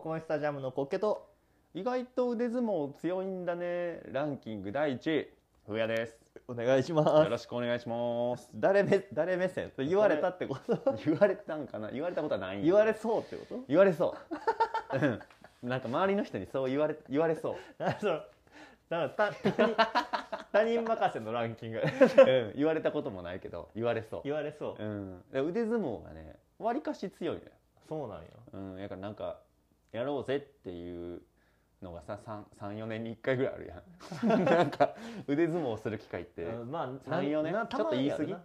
コンスタジアムのコッケと意外と腕相撲強いんだねランキング第1位ふやです。 お願いしまよす。 ろしくお願いします。 誰目線言われたってこと言われたんかな。言われたことはないんや。 言われそうってこと言われそううんなんか周りの人にそう言われそうだから他人任せのランキング言われたこともないけど言われそう。 言われそう、 で腕相撲がねわりかし強いのよ。 そうなんや。 だからなんかやろうぜっていうのがさ 3,4 年に1回ぐらいあるやんなんか腕相撲する機会ってまあ 3,4年ちょっと言い過ぎ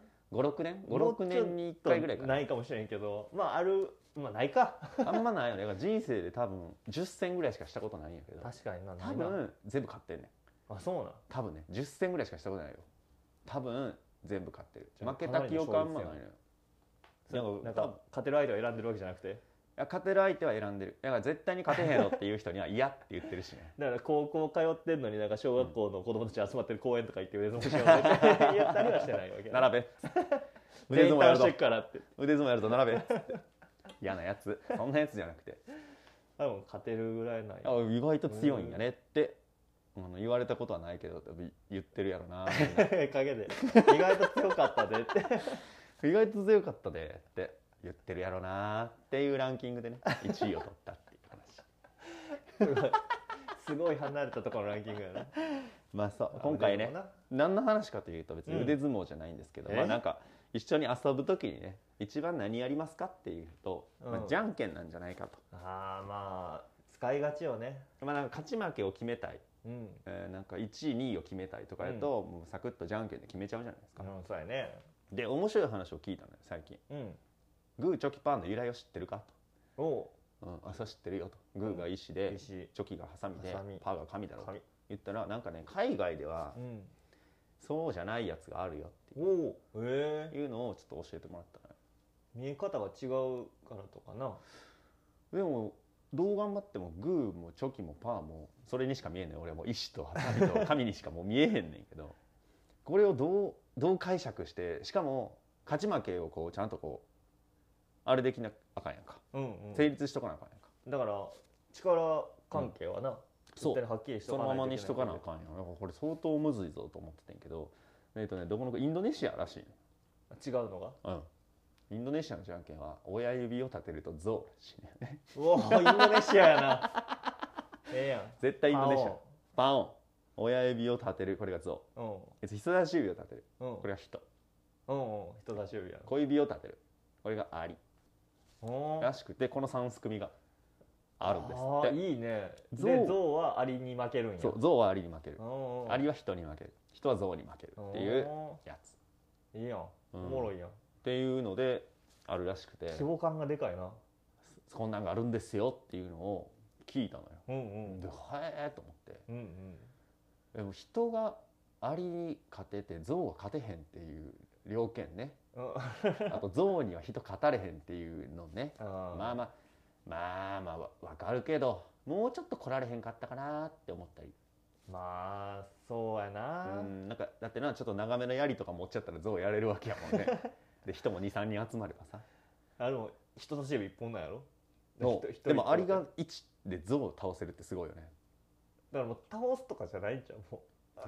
5,6 年に1回ぐらいかな。 ないかもしれんけどないかあんまないよね。だから人生で多分10戦ぐらいしかしたことないんやけど確かにな。 多分全部勝ってんねん。 あ、そうなん。 多分ね10戦ぐらいしかしたことないよ。多分全部勝ってる。 じゃあ負けた記憶あんまないのよ。 なんか勝てる相手を選んでるわけじゃなくて、 勝てる相手は選んでる。だから絶対に勝てへんのっていう人には嫌って言ってるしねだから高校通ってんのになんか小学校の子供たち集まってる公園とか行って腕相撲しようって言ったりはしてないわけ並べ腕相撲やるしてっからって腕相撲やると並べ嫌なやつ。そんなやつじゃなくて多分勝てるぐらいない。 意外と強いんやねって言われたことはないけど言ってるやろな陰で意外と強かったでって意外と強かったでって言ってるやろなっていうランキングでね1位を取ったっていう話すごい離れたところのランキングやな。 まあそう今回ね何の話かというと別に腕相撲じゃないんですけど、まあなんか一緒に遊ぶ時にね一番何やりますかっていうと、じゃんけんなんじゃないかと。 まあ使いがちよね。 なんか勝ち負けを決めたい、なんか1位2位を決めたいとかやと、もうサクッとじゃんけんで決めちゃうじゃないですか。 そうやね。 で面白い話を聞いたのよ最近。グーチョキパーの由来を知ってるかと。そう知ってるよと。グーが石で、チョキがハサミで、パーが紙だろうと言ったら、なんかね海外では、そうじゃないやつがあるよっていうのをちょっと教えてもらったのよ。 見え方が違うからとかな。 でもどう頑張ってもグーもチョキもパーもそれにしか見えんねん。俺はもう石とハサミと紙にしかもう見えへんねんけどこれをどう解釈して、しかも勝ち負けをこうちゃんとこうあれできなあかんやんか、成立しとかなあかんやんか。 だから力関係はな、 そうはっきりしとそかないといけない。 のままにしとかなあかんやん。だからこれ相当むずいぞと思っててんけど、どこのインドネシアらしいね。 違うのが、 インドネシアのじゃんけんは親指を立てるとゾウらしいねんね。 うわインドネシアやなやん絶対インドネシア。パオン親指を立てる、これがゾウ。人差し指を立てる、これが人。 人差し指やな。 小指を立てる、これがアリらしくて、この3組があるんですって。 いいね。でゾウはアリに負けるんや。 そう、ゾウはアリに負ける、アリは人に負ける、人はゾウに負けるっていうやつ。いいやん、おもろいやんっていうのであるらしくて、 規模感がでかいな。 こんなんがあるんですよっていうのを聞いたのよ。でへえと思って、でも人がアリに勝ててゾウは勝てへんっていう両見ねあとゾウには人勝たれへんっていうのねまあ分かるけど、もうちょっと来られへんかったかなって思ったり。 まあそうやな。 なんかだってな、ちょっと長めの槍とか持っちゃったらゾウやれるわけやもんねで人も 2,3 人集まればさ。 でも人差し指1本なんやろ。 でもアリが1でゾウを倒せるってすごいよね。 だからもう倒すとかじゃないんちゃう、も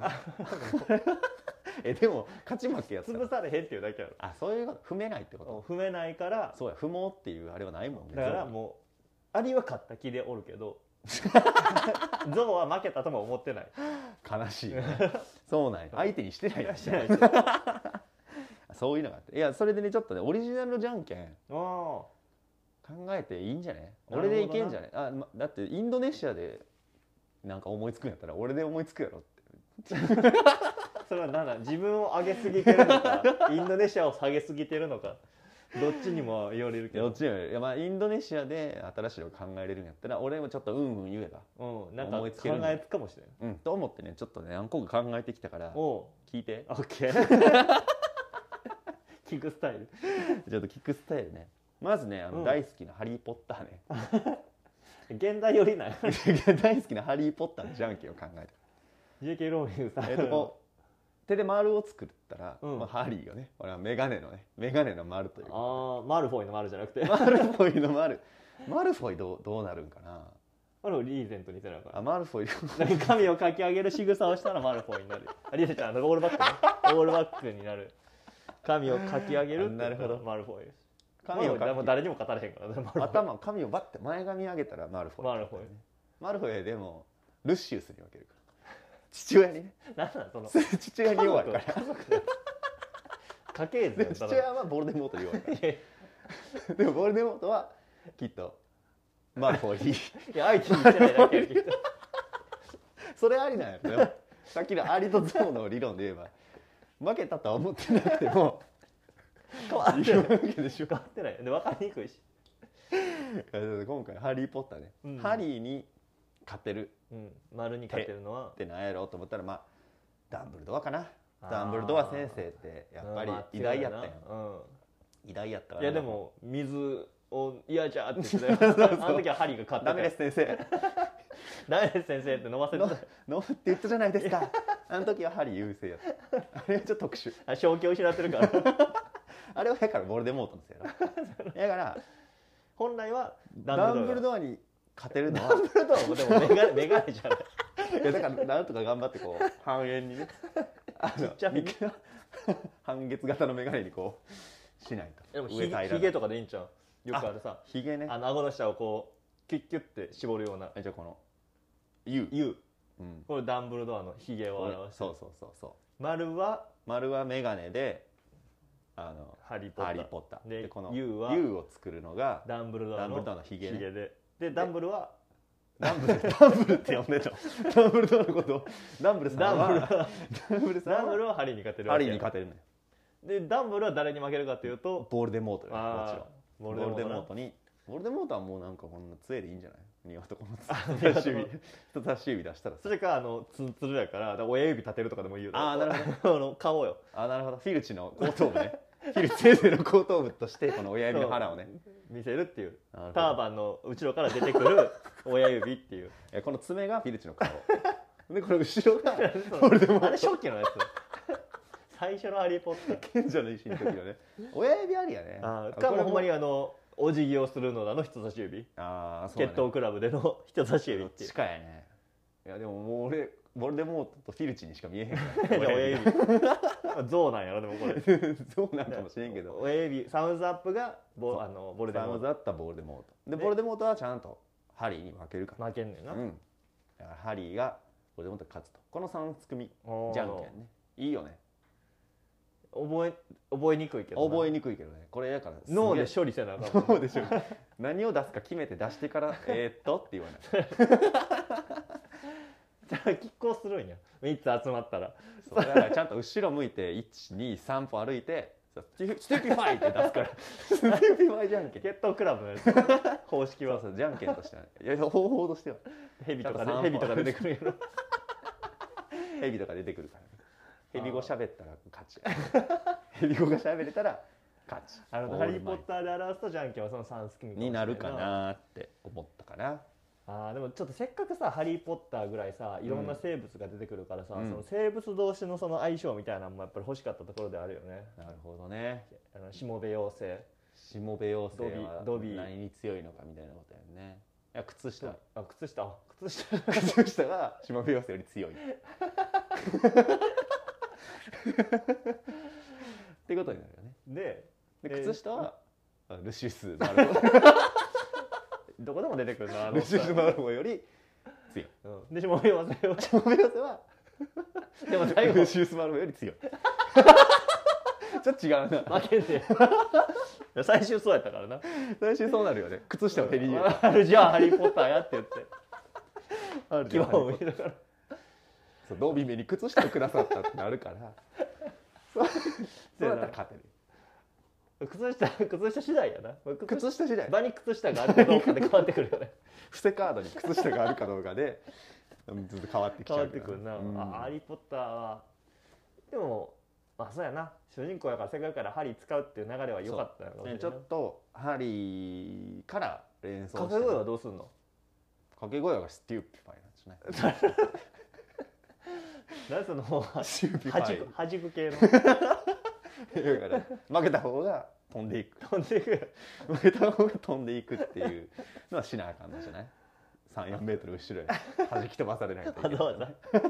うでも勝ち負けやったら潰されへんっていうだけやろ。 そういうこと踏めないってこと。 踏めないから。 そうや、踏もうっていうあれはないもんね。 だからもうアリは勝った気でおるけどゾウは負けたとも思ってない。 悲しいねそうなんや、相手にしてないやしそういうのがあって、いやそれでねちょっとねオリジナルのじゃんけん考えていいんじゃね。俺でいけんじゃね。だってインドネシアでなんか思いつくんやったら俺で思いつくやろってそれは何だ、自分を上げすぎてるのかインドネシアを下げすぎてるのか、どっちにも言われるけど。 どっちにも。いや、インドネシアで新しいの考えれるんやったら俺もちょっと言えばなんか考えつくかもしれん。 と思ってね、ちょっとね何個か考えてきたから聞いて。 オッケー聞くスタイルちょっと聞くスタイルね。まずね大好きなハリー・ポッターね現代寄りない大好きなハリー・ポッターのじゃんけんを考えた。 J.K. ローリングさんこう手で丸を作ったら、ハリーがね、俺はメガネの丸という。 マルフォイの丸じゃなくてマルフォイの丸。マルフォイどうなるんかな。 マルフォイリーゼントにせなあかん。 マルフォイなんか髪をかき上げる仕草をしたらマルフォイになる。リーゼちゃんオールバックね。オールバックになる。髪をかき上げるってなるほどマルフォイ。 髪をもう誰にも語れへんから頭髪をバッて前髪上げたらマルフォイ。マルフォイでもルシウスに分けるから父親にね。 なんなんその父親に弱いから家系図父親はボルデモートに弱いからでもボルデモートはきっとマルフォイにいや相手にしてないだけやけどそれありなんやろ。さっきのアリとゾウの理論で言えば負けたとは思ってなくても変わってないわけでしょ。 変わってないで分かりにくいし今回ハリー・ポッターね、ハリーに勝てる、 丸に勝てるのはってなんやろうと思ったらダンブルドアかな。ダンブルドア先生ってやっぱり偉大やったやん、偉大やったから。 いやでも水を嫌じゃって言ってたよあの時はハリーが勝ってた。 ダメです先生ダメです先生って飲ませてた。 飲むって言ったじゃないですかあの時はハリー優勢やったあれはちょっと特殊。 正気を失ってるからあれはやからボルデモートのせいやだから本来はダンブルドアに勝てるのはダンブルドアもでもメガネじゃないいやだからなんとか頑張ってこう半円にねちっちゃめに半月型のメガネにこうしないと。 でもヒゲとかでいいんちゃう。よくあるさヒゲね、 顎の下をこうキュッキュッて絞るような。 じゃあこの U、 これダンブルドアのヒゲを表して。 そう丸はメガネでハリー・ポッターでこの U を作るのがダンブルドアのヒゲでダンブルはダンブルって呼んでたダンブルドアのことダンブルさんはハリーに勝てるハリーに勝てるのよ。 でダンブルは誰に負けるかというとボルデモートよ。もちろんボルデモートはもうなんかこんな杖でいいんじゃない。に男の人差し指出したらそれかツンツルやから親指立てるとかでもいいよ。 なるほど顔よ。 なるほど。フィルチの後頭部ねフィルチ先生の後頭部としてこの親指の腹をね見せるっていう。ターバンの後ろから出てくる親指っていうこの爪がフィルチの顔でこの後ろがボルデモート。 あれ初期のやつ最初のハリー・ポッター賢者の石の時のね親指ありやね。 かもほんまにお辞儀をするのだの人差し指。決闘クラブでの人差し指っていう。 近いね。いやでももう俺ボルデモートとフィルチにしか見えへんから親指ゾウなんやろ。でもこれゾウなんかもしれんけど親指サムズアップがボルデモート。 サムズアップはボルデモートでボルデモートはちゃんとハリーに負けるから。 負けんねんな。 だからハリーがボルデモート勝つと。この3組じゃんけんね。いいよね。 覚えにくいけどね。これやから脳で処理せなあかん。 脳で処理何を出すか決めて出してからって言わないじゃあ拮抗するんや3つ集まったら。 そうだからちゃんと後ろ向いて 1,2,3 歩歩いてスティピファイって出すからスティピファイじゃんけん。 決闘クラブのやつ方式はじゃんけんとしてはね。いや方法としてはヘビとか出てくるやろヘビとか出てくるからね。ヘビ語喋ったら勝ちヘビ語が喋れたら勝ち。 ハリー・ポッターで表すとじゃんけんはその3組になるかなって思ったかな。 でもちょっとせっかくさハリー・ポッターぐらいさいろんな生物が出てくるからさ、その生物同士のその相性みたいなのもやっぱり欲しかったところであるよね。 なるほどね。 しもべ妖精は何に強いのかみたいなことやね。いや靴下がしもべ妖精より強いってことになるよね。で靴下はルシウス・マルフォどこでも出てくるなルシウス・マルフォより強い。 でしもべ妖精はでも最後ルシウス・マルフォより強いちょっと違うな。 負けんね最終そうやったからな。 最終そうなるよね。靴下を手に入れる。 じゃあハリー・ポッターやって言って牙を向いたからそうドービー目に靴下をくださったってなるからそうやったら勝てる。 靴下次第やな。 靴下次第。 場に靴下があるかどうかで変わってくるよね伏せカードに靴下があるかどうかでずっと変わってきちゃう。 変わってくるな。ハリー・ポッターはでもそうやな。主人公やから世界からハリー使うっていう流れは良かったよね。 ちょっとハリーから連想して。 掛け声はどうすんの。 掛け声はスティーピファイなんですね何そのはじく系のだから負けた方が飛んでいく負けた方が飛んでいくっていうのはしなあかんのじゃない。 34メートル後ろへ弾き飛ばされないといけない。 わざわ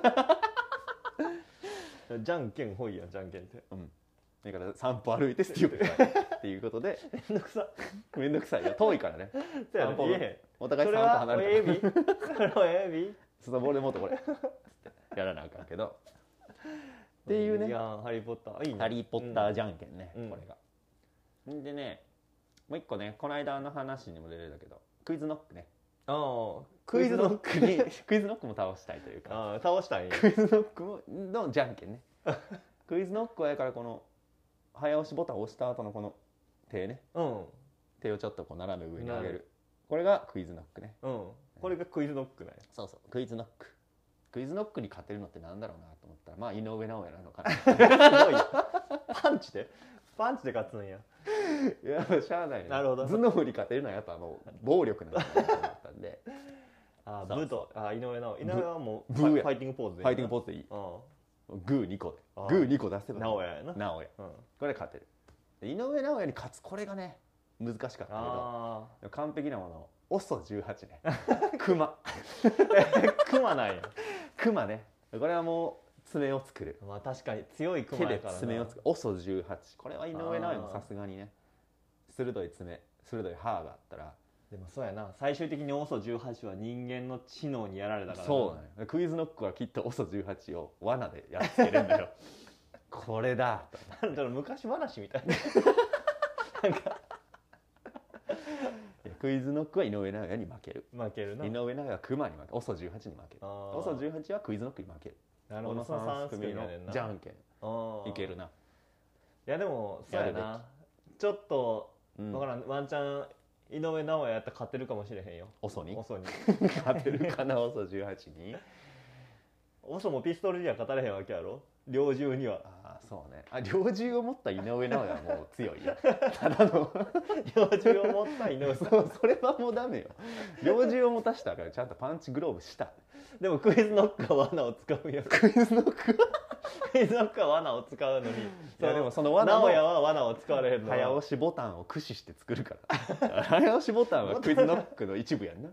ざじゃんけんほいやん、じゃんけんって。 だから散歩歩いてスティーブっていうことでめんどくさめんどくさいよ、遠いからね。 散歩お互い散歩離れてる。 それは親指そうボールでもっとこれやらなあかんけどっていうね。 いやハリー・ポッターいいね。 ハリー・ポッターじゃんけんね、これが。でね、もう一個ね、この間の話にも出てたけど、クイズノックね。 クイズノッククイズノックも倒したいというか、 倒したいんや。 クイズノックのじゃんけんね。クイズノックはやから、この早押しボタンを押した後のこの手ね、手をちょっとこう斜め上に上げる、これがクイズノックね。 これがクイズノックなんや。 そうそう、クイズノック。クイズノックに勝てるのってなんだろうなと思ったら、まあ井上尚弥なのかな。 すごいパンチで勝つんや。 いやしゃあないね。 なるほど。 頭脳に勝てるのはやっぱもう暴力なんだと思ったんで。 ブと井上はもうファイティングポーズでいい。 ファイティングポーズでいい。グー2個でグー2個出せば尚弥やな。 尚弥、これ勝てる。井上尚弥に勝つ、これがね難しかったけど、完璧なもの、OSO18ね。クマなんや。 クマね、これはもう爪を作る。 まあ確かに強いクマやからな。 手で爪を作る OSO18、これは井上尚弥もさすがにね、鋭い爪、鋭い歯があったら。 でもそうやな、最終的に OSO18 は人間の知能にやられたからな。 そうだね。クイズノックはきっと OSO18 を罠でやっつけるんだよ。これだと。 なんだろう、昔話みたいな。なんかクイズノックは井上尚弥に負ける。 負けるな。 井上尚弥はクマに負ける。OSO18 に負ける。OSO18 はクイズノックに負ける。 なるほど、 この3組のじゃんけんいけるな。 いやでもそうやな、ちょっと分からん、ワンチャン井上尚弥やったら勝てるかもしれへんよ。 OSOに勝てるかな。OSO18 に OSOもピストルには勝たれへんわけやろ、猟銃には。 そうね。猟銃を持った井上尚弥はもう強いよ。ただの猟銃を持った井上尚弥、それはもうダメよ。猟銃を持たしたからちゃんとパンチグローブした。 でもクイズノックは罠を使うよ。 クイズノックは罠を使うのに、 いやでもその罠尚弥は罠を使われへんのは早押しボタンを駆使して作るから。早押しボタンはクイズノックの一部やんな。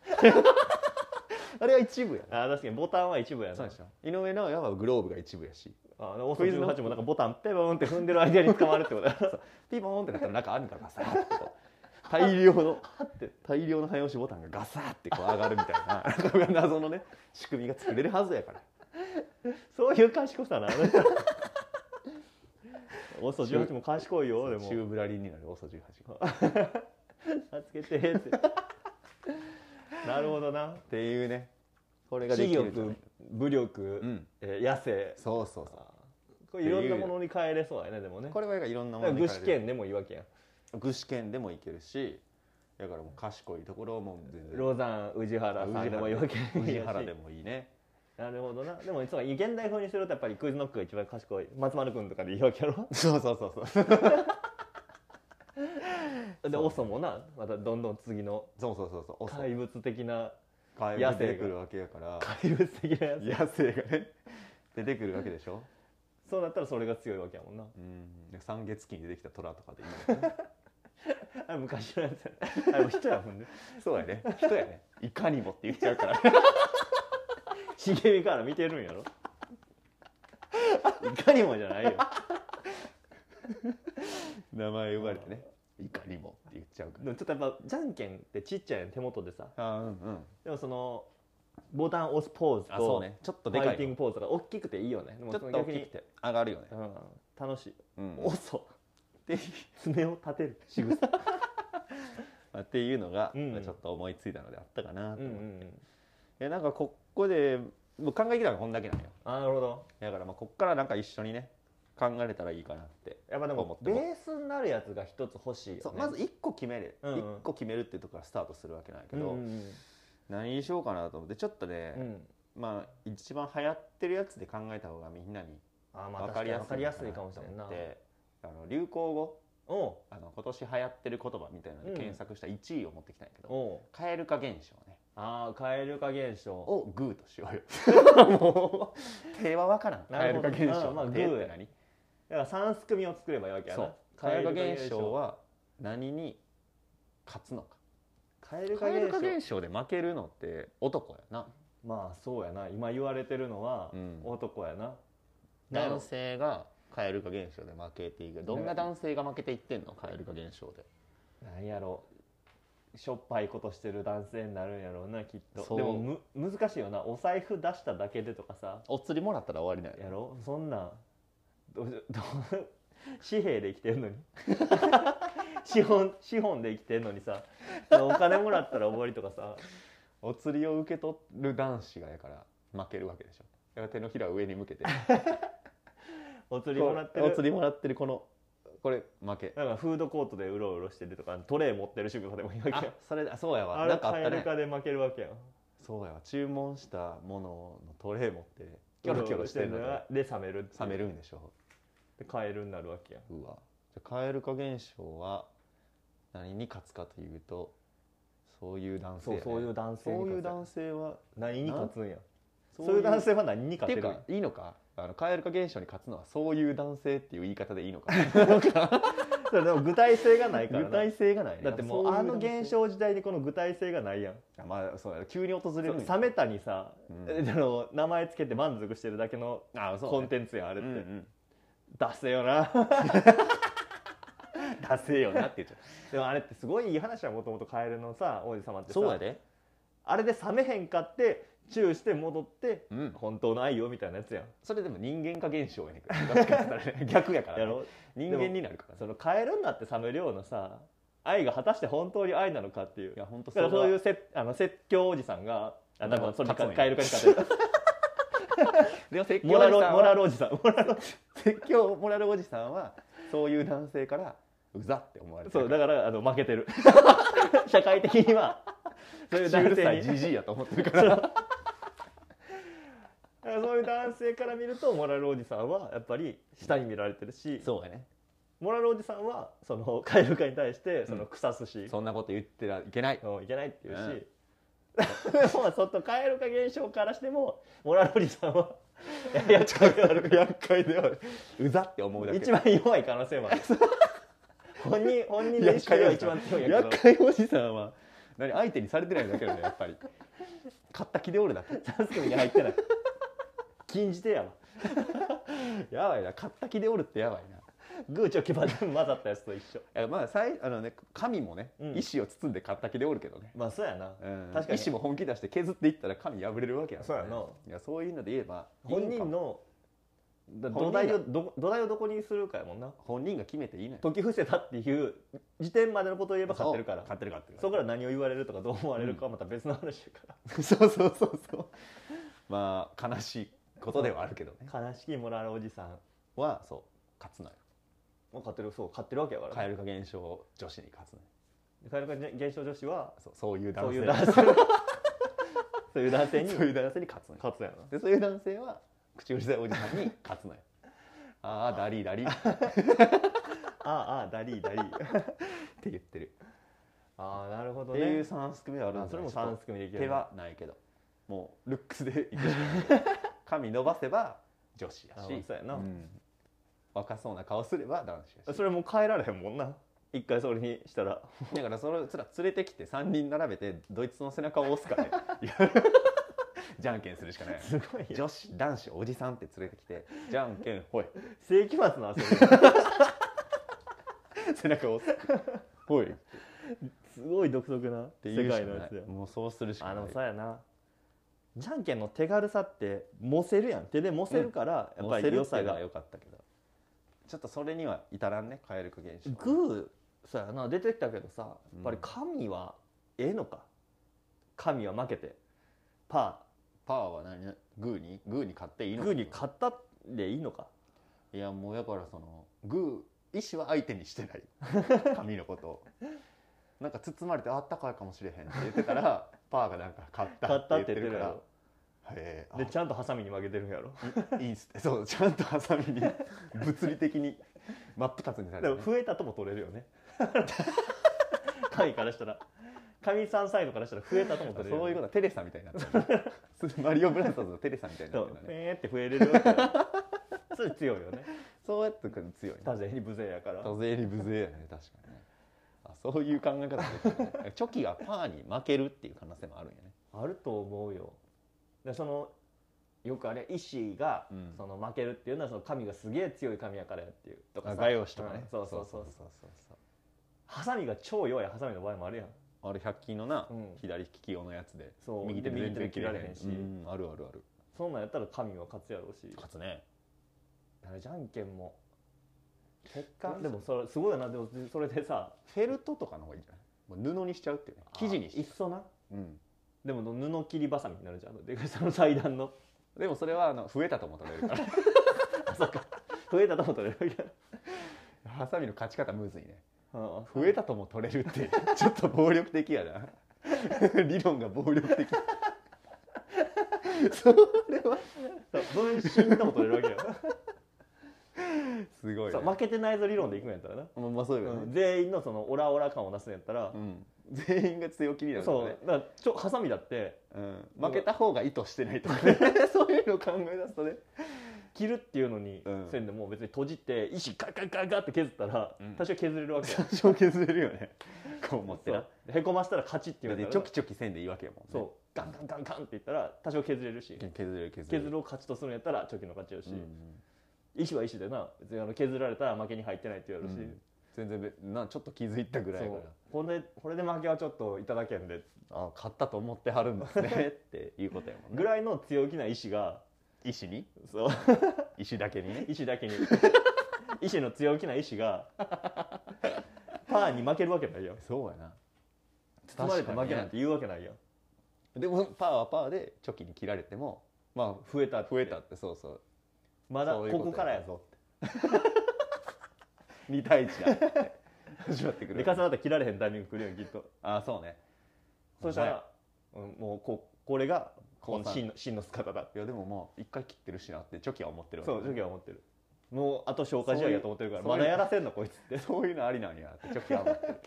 あれは一部やな。 確かにボタンは一部やな。 そうでしょ。井上尚弥はグローブが一部やし、 OSO18 もなんかボタンペボンって踏んでる間に捕まるってことだ。 ピボーンってなったらなんかあるからガサッてこう大量の早押しボタンがガサッてこう上がるみたいな謎のね仕組みが作れるはずやから。 そういう賢さな。OSO18 も賢いよ。でもチューブラリンになる OSO18 が助けてってなるほどなっていうね。これができる。 知力、武力、野生。 そうそうそう。 これいろんなものに変えれそうやね。でもね、 これはいろんなものに具志堅でもいいわけやん。 具志堅でもいけるし、だからもう賢いところも全然ロザン宇治原さんでもいいわけやし、 宇治原でもいいね。 なるほどな。でもそう現代風にするとやっぱりクイズノックが一番賢い松丸君とかでいいわけやろ。 そうそうそうそう。 でOSOもな、またどんどん次の怪物的な野生が出てくるわけやから、 怪物的な野生がね出てくるわけでしょ。 そうなったらそれが強いわけやもんな。 三月期に出てきた虎とかでいいのかな。 あれ昔のやつや。あれも人やもんね。 そうやね、人やね。いかにもって言っちゃうから。 茂みから見てるんやろ。いかにもじゃないよ。 名前呼ばれてね、いかにもって言っちゃうから。 でもちょっとやっぱじゃんけんってちっちゃいやん、手元でさ。でもそのボタン押すポーズと、 そうね、ちょっとでかいファイティングポーズが大きくていいよね。でもちょっと大きくて上がるよね。 楽しい。 OSO で爪を立てる仕草っていうのがちょっと思いついたのであったかなと思って。なんかここでもう考えきたのがこんだけなんよ。 なるほど。 だからこっからなんか一緒にね考えれたらいいかなって。 やっぱでもベースになるやつが一つ欲しいよね。 まず1個決める、1個決めるっていうところからスタートするわけなんやけど、何にしようかなと思って、ちょっとね、まあ一番流行ってるやつで考えた方がみんなに分かりやすいかもしれないなって、流行語、今年流行ってる言葉みたいなので検索した1位を持ってきたんやけど、蛙化現象ね。 蛙化現象をグーとしようよ。もう手は分からん。蛙化現象の手って何？ だから3組を作ればいいわけやな。 蛙化現象は何に勝つのか。 蛙化現象で負けるのって男やな。 まあそうやな、今言われてるのは男やな、 男性が蛙化現象で負けていく。どんな男性が負けていってんの蛙化現象で。 なんやろ、しょっぱいことしてる男性になるんやろうなきっと。でも難しいよな、お財布出しただけでとかさ、 お釣りもらったら終わりなんやろ、そんなん紙幣で生きてんのに資本で生きてんのにさ、お金もらったら終わりとかさ、 お釣りを受け取る男子がやから負けるわけでしょ。だから手のひらを上に向けてお釣りもらってるこれ負け。 だからフードコートでうろうろしてるとか、トレイ持ってる主婦とかでもいいわけやん。 そうやわ。 あれ蛙化で負けるわけやん。 そうやわ。注文したもののトレイ持ってキョロキョロしてるので冷めるんでしょ。 でカエルになるわけやん。 うわ。じゃあ蛙化現象は何に勝つかというと、そういう男性、 そういう男性は何に勝つんや。そういう男性は何に勝てるんや。 いいのか、蛙化現象に勝つのはそういう男性っていう言い方でいいのかそれでも具体性がないからな。 具体性がないね。 だってもうあの現象時代にこの具体性がないやん。 まあそうや、急に訪れる冷めたにさ、名前つけて満足してるだけのコンテンツやんあれって。出せよな出せよなって言っちゃう。でもあれってすごいいい話は、もともとカエルのさ王子様ってさ、 そうやで。 あれで冷めへんかってチューして戻って、本当の愛よみたいなやつやん。 それでも人間化現象やねんからどっちかって言ったらね逆やから、ね、人間になるから、 そのカエルになって冷めるようなさ愛が果たして本当に愛なのかっていう。 いや本当そういう説教おじさんが多分それカエル化に勝てるでも説教モラルおじさん説教モラルおじさんはそういう男性からうざって思われてる。 そうだから負けてる社会的にはそういう男性にジジイやと思ってるからそういう男性から見るとモラルおじさんはやっぱり下に見られてるし、 そうやね。 モラルおじさんはそのカエル化に対してその腐すし、 そんなこと言ってはいけないいけないって言うし、でもそっとカエル化現象からしてもモラルおじさんは厄介ではうざって思うだけ。 一番弱い可能性もある本人の意識が一番強いんやけど、 厄介おじさんは相手にされてないだけだね、やっぱり勝った気でおるだけ。 3組に入ってない禁じ手やわやばいな、勝った気でおるってやばいな。 グーチョキパ全部混ざったやつと一緒。 まあ神もね、石を包んで勝った気でおるけどね。 まあそうやな、 確かに石も本気出して削っていったら神破れるわけやからね。そうやな。 いや、そういうので言えば本人の土台をどこにするかやもんな。 本人が決めていいのよ。 解き伏せたっていう時点までのことを言えば勝ってるから。 勝ってる。 そこから何を言われるとかどう思われるかはまた別の話やから、 そうまあ悲しいことではあるけどね。 悲しきモラルおじさんはそう勝つのよ。 勝ってるわけやから、ね、 蛙化現象女子に勝つのよ。 蛙化現象女子はそういう男性そういう男性に勝つのよ。 勝つやな。 でそういう男性は口うるさいおじさんに勝つのよ。ああダリーダリーああダリーって言ってる。 ああなるほどね。 っていう3組はあるんだ。 それも3組でいける。 手はないけどもうルックスでいくしかない髪伸ばせば女子やし、 そうやな、 若そうな顔すれば男子やし。 それもう変えられへんもんな、一回それにしたら。 だからそれつら連れてきて3人並べてドイツの背中を押すかねじゃんけんするしかない。 すごい女子男子おじさんって連れてきてじゃんけんほい、 世紀末の遊び背中を押すほい、 すごい独特な世界のやつや。 もうそうするしかない。 でもそうやな、じゃんけんの手軽さってもせるやん。手でもせるからやっぱり良さが良かったけど、ちょっとそれには至らんね、蛙化現象。 グーそうやな、出てきたけどさ、やっぱり神はええのか。神は負けてパーは何、グーに勝っていいのか。 グーに勝ったでいいのか。 いやもうだからその石は相手にしてない神のことをなんか包まれてあったかいかもしれへんって言ってたらパーがなんか勝ったって言ってるから、 でちゃんとハサミに負けてるんやろ。 いいっすって。そう、ちゃんとハサミに物理的に真っ二つにされて、 ね、でも増えたとも取れるよね神からしたら、神さんサイドからしたら増えたとも取れる、ね、 そういうことはテレサみたいになってるマリオブラザーズのテレサみたいになってるのね。 って増えれるわけだそれ強いよね。 そうやってくる強い、ね、 多勢に無勢やから。 多勢に無勢やね、確かにね。 そういう考え方ですね。チョキがパーに負けるっていう可能性もあるんやね。 あると思うよ。でそのよくあれ石がその負けるっていうのはその神がすげえ強い神やからやっていうとかさ、 画用紙とかね、 そうそうそうそうそうそう。ハサミが超弱いハサミの場合もあるやん。 あれ100均のな、左利き用のやつで右手で全然切られへんし、あるあるある。 そんなんやったら神は勝つやろうし。 勝つね。 じゃんけんも結果でもそれすごいよな。でもそれでさフェルトとかの方がいいんじゃない？もう布にしちゃうっていうね。生地にしいっそな。 うん。 でも布切りバサミになるじゃん。でその裁断の。 でもそれは増えたとも取れるから。 あ、そっか。増えたとも取れるけど。 ハサミの勝ち方むずいね。 増えたとも取れるってちょっと暴力的やな。理論が暴力的。それは分身とも取れるわけよ。 すごい、ね、 負けてないぞ理論でいくんやったらな。 まあそうよね、 全員のそのオラオラ感を出すんやったら、 全員が強気になるからね。 そうだからハサミだって、 負けた方が意図してないとかね。そういうのを考え出すとね、 切るっていうのにせんでも別に閉じて石ガッガッガッガッって削ったら多少削れるわけや。 多少削れるよね。こう思ってな。 へこましたら勝ちっていうのでチョキチョキせんでいいわけやもんね。 そうガンガンガンガンって言ったら多少削れるし、削るを勝ちとするんやったらチョキの勝ちやし、石は石でな、別に削られたら負けに入ってないって言われるし、 全然ちょっと気づいたぐらいから、 これで負けはちょっといただけんで、 勝ったと思ってはるんですねっていうことやもんね。 ぐらいの強気な石が石に、 そう石だけにね、 石だけに石の強気な石がパーに負けるわけないよ。 そうやな。 包まれて負けなんて言うわけないよ。 でもパーはパーでチョキに切られてもまあ増えたって、そうそう、 まだここからやぞって 2対1だって始まってくる。 で重なったら切られへんタイミング来るよきっと。 あ、そうね。 そしたらもうこれが真の姿だ。 いやでもまあ一回切ってるしなってチョキは思ってるわけ。そうチョキは思ってる。もうあと消化試合やと思ってるから、まだやらせんのこいつって。 そういうのありなんやってチョキは思ってる。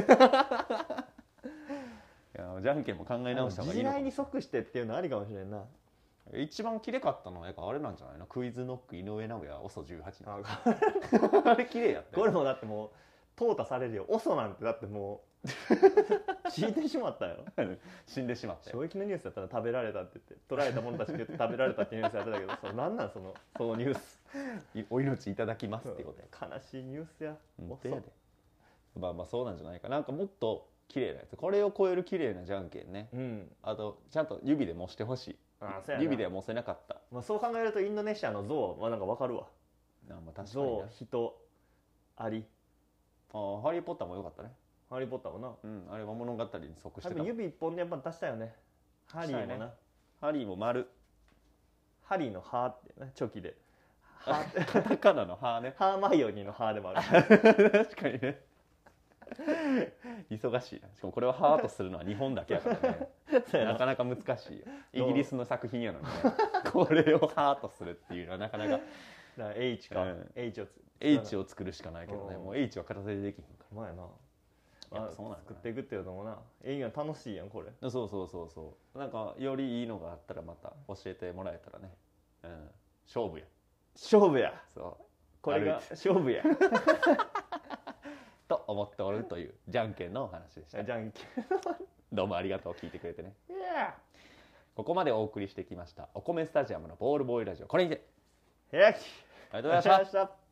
いやじゃんけんも考え直した方がいいのかも。 時代に即してっていうのありかもしれんな。 一番綺麗かったのはやっぱあれなんじゃないの？クイズノック井上尚弥OSO18。あれ綺麗やった。 これもだってもう淘汰されるよ。OSOなんてだってもう死んでしまったよ。 死んでしまったよ。 衝撃のニュースだったら食べられたって言って捕らえた者たちで食べられたっていうニュースやってたけど、そうなんなんそのニュース。 お命いただきますってことや。悲しいニュースや。 まあそうなんじゃないか。なんかもっと綺麗なやつ、これを超える綺麗なじゃんけんね。あとちゃんと指で模してほしい。指では模せなかった。 まあそう考えるとインドネシアの象はなんかわかるわ。象、人、アリ。 ハリーポッターも良かったね。 ハリーポッターもな。 あれは物語に即してた。 指一本でやっぱ出したよね。ハリーもな。 ハリーも丸。 ハリーのハーってね、チョキで。 カタカナのハーね。 ハーマイオニーのハーでもある。 確かにね。忙しいな。しかもこれをハートするのは日本だけやからね。なかなか難しいよ。イギリスの作品やのにね、これをハートするっていうのはなかなか。 H か、 H を作るしかないけどね。もう H は片手でできへんから。 まあやな。作っていくっていうのもな、映画楽しいやんこれ。 そうなんかよりいいのがあったらまた教えてもらえたらね。勝負や。そう。 これが勝負や。 と思っておるというじゃんけんのお話でした。 じゃんけんどうもありがとう、聞いてくれてね。ここまでお送りしてきましたお米スタジアムのボールボーイラジオ、これにてありがとうございました。